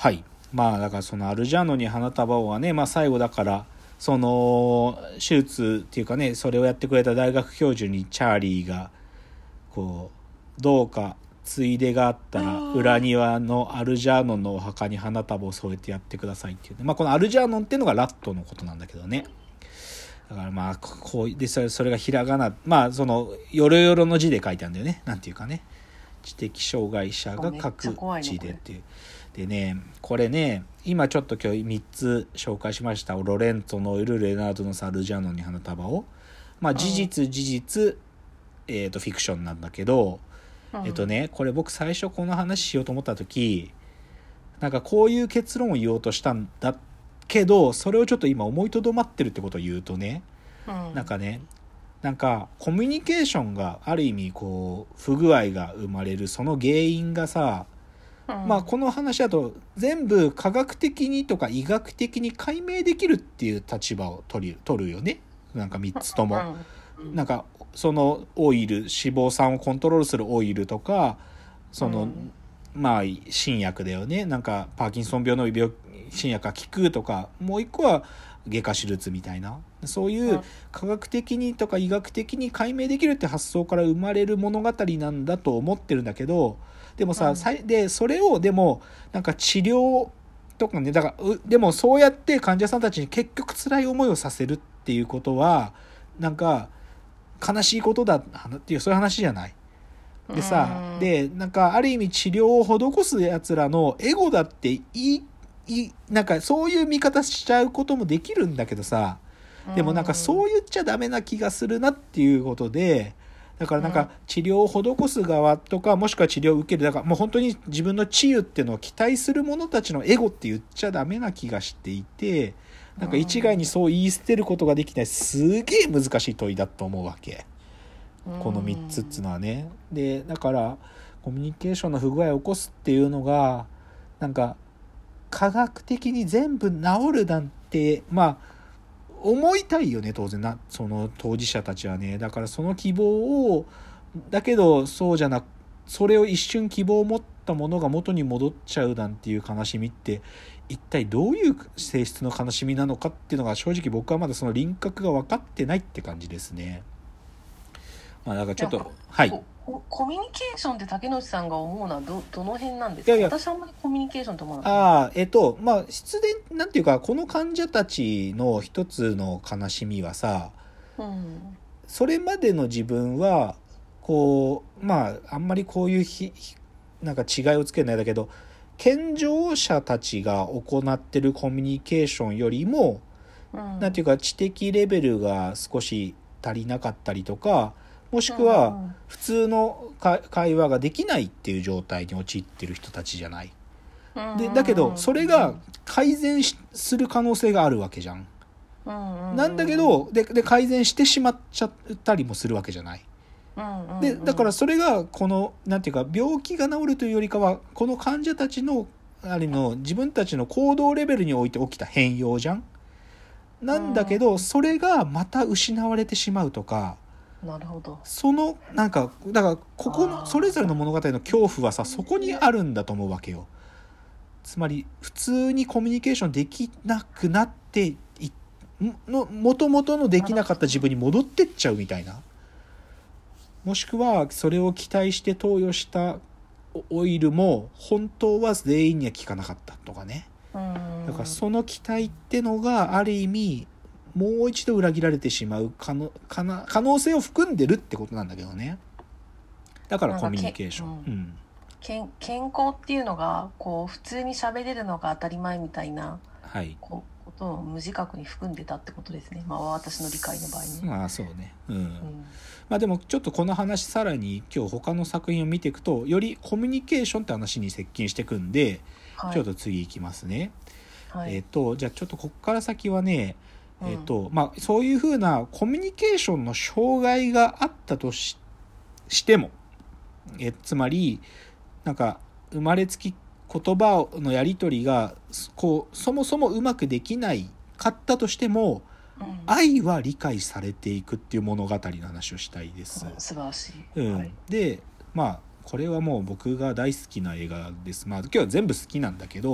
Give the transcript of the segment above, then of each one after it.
はい。まあだからそのアルジャーノに花束をはね、まあ最後だからその手術っていうかね、それをやってくれた大学教授にチャーリーがこうどうかついでがあったら裏庭のアルジャーノンのお墓に花束を添えてやってくださいっていう、ね、まあこのアルジャーノンっていうのがラットのことなんだけどね。だからまあこうでそれがひらがな、まあそのよろよろの字で書いてあるんだよね。なんていうかね、知的障害者が書く字でっていう。でね、これね、今ちょっと今日3つ紹介しましたロレンツォのイル・レナードのサルジャーノに花束を、まあ事実、フィクションなんだけど、これ僕最初この話しようと思った時、なんかこういう結論を言おうとしたんだけど、それをちょっと今思いとどまってるってことを言うとね、なんかコミュニケーションがある意味こう不具合が生まれるその原因がさ、まあこの話だと全部科学的にとか医学的に解明できるっていう立場を取るよね。なんか3つとも、なんかそのオイル、脂肪酸をコントロールするオイルとか、その、まあ新薬だよね。なんかパーキンソン病の新薬が効くとか、もう一個は外科手術みたいな、そういう科学的にとか医学的に解明できるって発想から生まれる物語なんだと思ってるんだけど、でもさ、でそれをでもなんか治療とかね、だからでもそうやって患者さんたちに結局辛い思いをさせるっていうことはなんか悲しいことだっていう、そういう話じゃない。でさ、でなんかある意味治療を施すやつらのエゴだってなんかそういう見方しちゃうこともできるんだけどさ、でもなんかそう言っちゃダメな気がするなっていうことで、だからなんか治療を施す側とか、もしくは治療を受ける、だからもう本当に自分の治癒っていうのを期待する者たちのエゴって言っちゃダメな気がしていて、なんか一概にそう言い捨てることができない、すげえ難しい問いだと思うわけ、この3つっていうのはね。でだからコミュニケーションの不具合を起こすっていうのがなんか科学的に全部治るなんてまあ思いたいよね、当然な、その当事者たちはね。だからその希望を、だけどそうじゃなく、それを一瞬希望を持ったものが元に戻っちゃうなんていう悲しみって一体どういう性質の悲しみなのかっていうのが正直僕はまだその輪郭が分かってないって感じですね。まあだからちょっとコミュニケーションって竹野内さんが思うのはどの辺なんですか？私はあんまりコミュニケーションと思わない。 まあ失恋なんていうか、この患者たちの一つの悲しみはさ、それまでの自分はこうまああんまりこういうなんか違いをつけないだけど、健常者たちが行ってるコミュニケーションよりも、なんていうか知的レベルが少し足りなかったりとか、もしくは普通の会話ができないっていう状態に陥ってる人たちじゃない。でだけどそれが改善する可能性があるわけじゃん。なんだけどで改善してしまっちゃったりもするわけじゃない。でだからそれがこのなんていうか病気が治るというよりかは、この患者たちのあれの自分たちの行動レベルにおいて起きた変容じゃん。なんだけどそれがまた失われてしまうとか。 なるほど。 そのなんかだからここのそれぞれの物語の恐怖はさ、そこにあるんだと思うわけよ。つまり普通にコミュニケーションできなくなって元々のできなかった自分に戻ってっちゃうみたいな、もしくはそれを期待して投与したオイルも本当は全員には効かなかったとかね。だからその期待ってのがある意味もう一度裏切られてしまう可能性を含んでるってことなんだけどね。だからコミュニケーション、 健康っていうのがこう普通に喋れるのが当たり前みたいな、ことを無自覚に含んでたってことですね。まあ私の理解の場合ね。 まあそうね。まあでもちょっとこの話さらに今日他の作品を見ていくとよりコミュニケーションって話に接近していくんで、ちょっと次いきますね。じゃあちょっとこっから先はね、まあそういうふうなコミュニケーションの障害があったとしても、つまりなんか生まれつき言葉のやり取りがこうそもそもうまくできないかったとしても、愛は理解されていくっていう物語の話をしたいです。 素晴らしい。でまあこれはもう僕が大好きな映画です。まあ今日は全部好きなんだけど、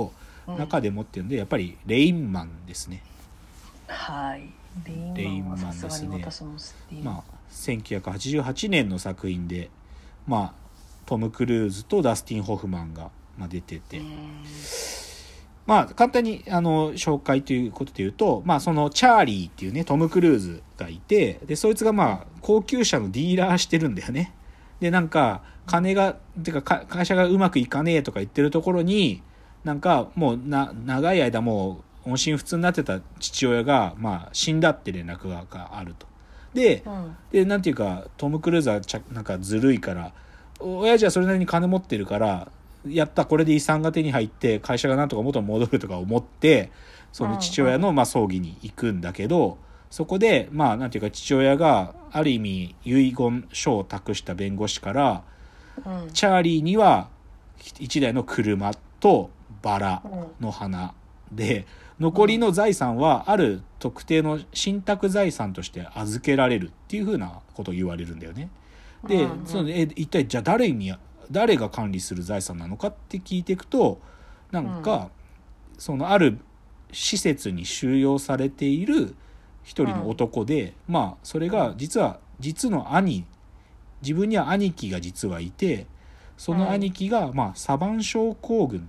中でもっていうのでやっぱりレインマンですね。 はい、レインマンはさすがに私も知っている。 まあ1988年の作品で、まあトム・クルーズとダスティン・ホフマンが出てて、まあ簡単に紹介ということで言うと、まあそのチャーリーっていうねトム・クルーズがいて、でそいつがまあ高級車のディーラーしてるんだよね。でなんか金がてか会社がうまくいかねえとか言ってるところに、なんかもう長い間もう音信不通になってた父親がまあ死んだって連絡があると。でなんていうかトム・クルーズはなんかずるいから、親父はそれなりに金持ってるからやったこれで遺産が手に入って会社がなんとか元に戻るとか思ってその父親のまあ葬儀に行くんだけど、そこでまあなんていうか父親がある意味遺言書を託した弁護士から、チャーリーには1台の車とバラの花で、残りの財産はある特定の信託財産として預けられるっていうふうなことを言われるんだよね。で、一体じゃあ誰が管理する財産なのかって聞いていくと、なんか、そのある施設に収容されている一人の男で、まあそれが実の兄、自分には兄貴が実はいて、その兄貴がまあサヴァン症候群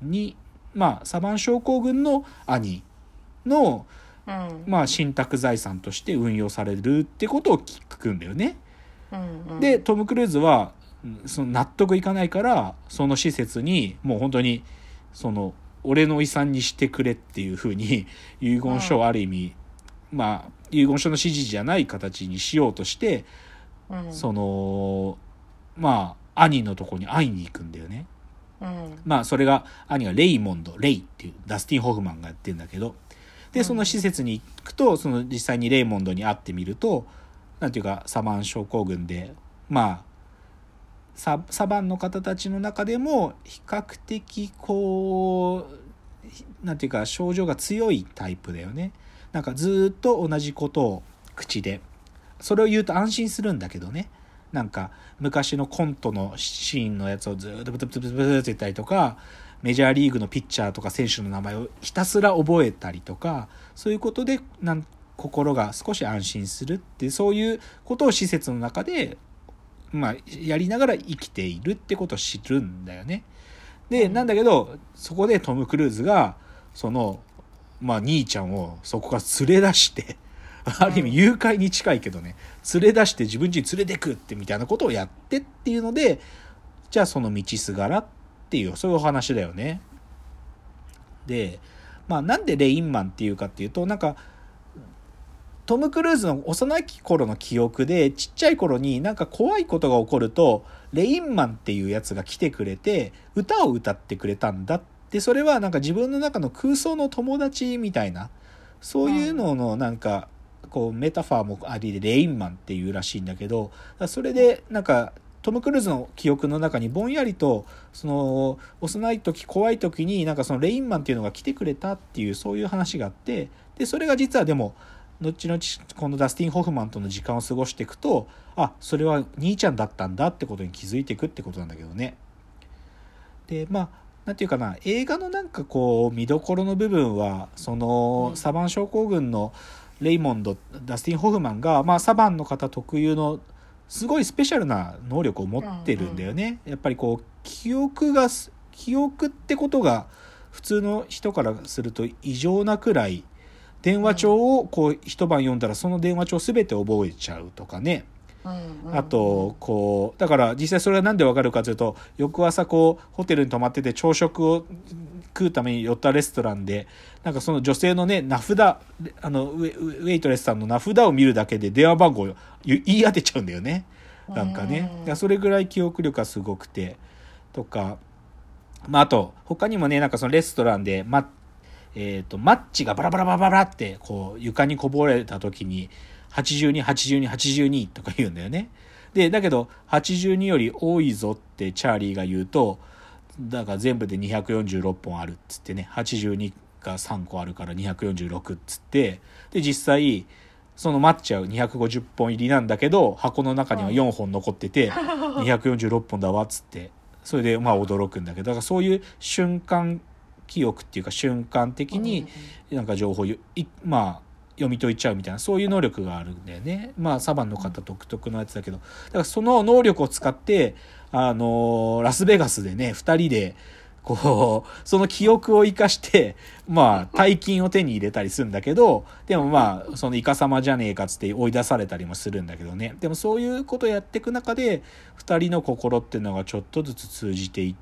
の兄のまあ信託財産として運用されるってことを聞くんだよね。でトム・クルーズはその納得いかないから、その施設にもう本当にその俺の遺産にしてくれっていうふうに遺言書をある意味、まあ遺言書の指示じゃない形にしようとして、そのまあ兄のとこに会いに行くんだよね。まあそれが兄がレイっていうダスティン・ホフマンがやってるんだけど、でその施設に行くと、その実際にレイモンドに会ってみると、なんていうかサヴァン症候群で、まあサヴァンの方たちの中でも比較的こうなんていうか症状が強いタイプだよね。なんかずっと同じことを口で、それを言うと安心するんだけどね、なんか昔のコントのシーンのやつをずっとブツブツブツブツって言ったりとか、メジャーリーグのピッチャーとか選手の名前をひたすら覚えたりとか、そういうことで心が少し安心するって、そういうことを施設の中でまあやりながら生きているってことを知るんだよね。でなんだけど、そこでトム・クルーズがそのまあ兄ちゃんをそこから連れ出してある意味誘拐に近いけどね、連れ出して自分家に連れてくってみたいなことをやってっていうので、じゃあその道すがらっていう、そういうお話だよね。でまあなんでレインマンっていうかっていうと、なんかトム・クルーズの幼い頃の記憶で、ちっちゃい頃になんか怖いことが起こるとレインマンっていうやつが来てくれて歌を歌ってくれたんだって、それはなんか自分の中の空想の友達みたいな、そういうののなんかこうメタファーもありでレインマンっていうらしいんだけど、それでなんかトム・クルーズの記憶の中にぼんやりとその幼い時怖い時になんかそのレインマンっていうのが来てくれたっていう、そういう話があって、でそれが実はでも後々このダスティン・ホフマンとの時間を過ごしていくと、あ、それは兄ちゃんだったんだってことに気づいていくってことなんだけどね。でまあなんていうかな、映画のなんかこう見どころの部分はそのサヴァン症候群のレイモンド、ダスティン・ホフマンが、まあ、サヴァンの方特有のすごいスペシャルな能力を持ってるんだよね。やっぱりこう記憶ってことが普通の人からすると異常なくらい、電話帳をこう一晩読んだらその電話帳全て覚えちゃうとかね。あとこうだから実際それは何で分かるかというと、翌朝こうホテルに泊まってて朝食を食うために寄ったレストランで、なんかその女性のね名札、ウェイトレスさんの名札を見るだけで電話番号を言い当てちゃうんだよね。なんかね、それぐらい記憶力がすごくてとか、まああと他にもね、なんかそのレストランでマッチがバラバラバラバラってこう床にこぼれた時に82、82、82とか言うんだよね。でだけど82より多いぞってチャーリーが言うと、だから全部で246本あるっつってね、82が3個あるから246っつって、で実際そのマッチは250本入りなんだけど箱の中には4本残ってて246本だわっつって、それでまあ驚くんだけど、だからそういう瞬間記憶っていうか瞬間的になんか情報をまあ読み解いちゃうみたいな、そういう能力があるんだよね。まあサバンの方独特のやつだけど、だからその能力を使ってラスベガスでね2人でこうその記憶を生かしてまあ大金を手に入れたりするんだけど、でもまあそのイカサマじゃねえかつって追い出されたりもするんだけどね。でもそういうことをやっていく中で2人の心っていうのがちょっとずつ通じていって、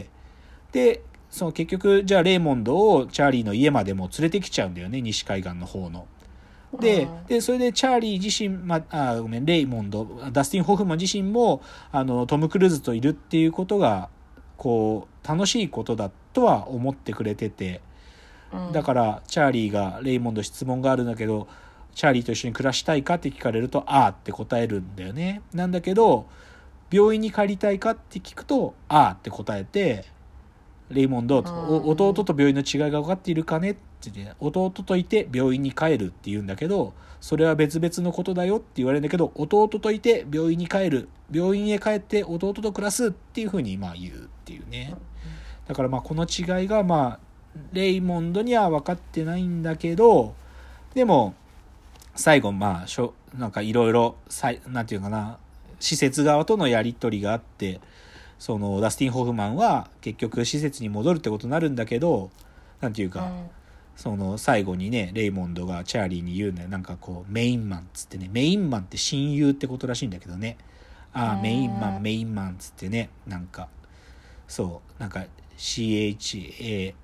でその結局じゃあレイモンドをチャーリーの家までも連れてきちゃうんだよね、西海岸の方の。でそれでチャーリー自身、レイモンドダスティン・ホフマン自身もトム・クルーズといるっていうことがこう楽しいことだとは思ってくれてて、だからチャーリーがレイモンド質問があるんだけど、チャーリーと一緒に暮らしたいかって聞かれるとあーって答えるんだよね。なんだけど病院に帰りたいかって聞くとあーって答えて、レイモンド弟と病院の違いが分かっているかねって言って、弟といて病院に帰るって言うんだけど、それは別々のことだよって言われるんだけど、弟といて病院に帰る、病院へ帰って弟と暮らすっていうふうにまあ言うっていうね。だからまあこの違いがまあレイモンドには分かってないんだけど、でも最後まあなんかいろいろなんていうかな、施設側とのやり取りがあって、そのダスティン・ホフマンは結局施設に戻るってことになるんだけど、なんていうか、その最後にねレイモンドがチャーリーに言うんだよ。なんかこうメインマンっつってね、メインマンって親友ってことらしいんだけどね、メインマンっつってね、なんかそうなんか CHARLIE チ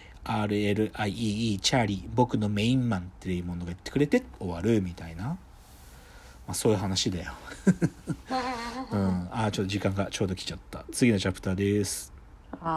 ャーリー僕のメインマンってレイモンドが言ってくれて終わるみたいな、まあ、そういう話だよちょっと時間がちょうど来ちゃった。次のチャプターです。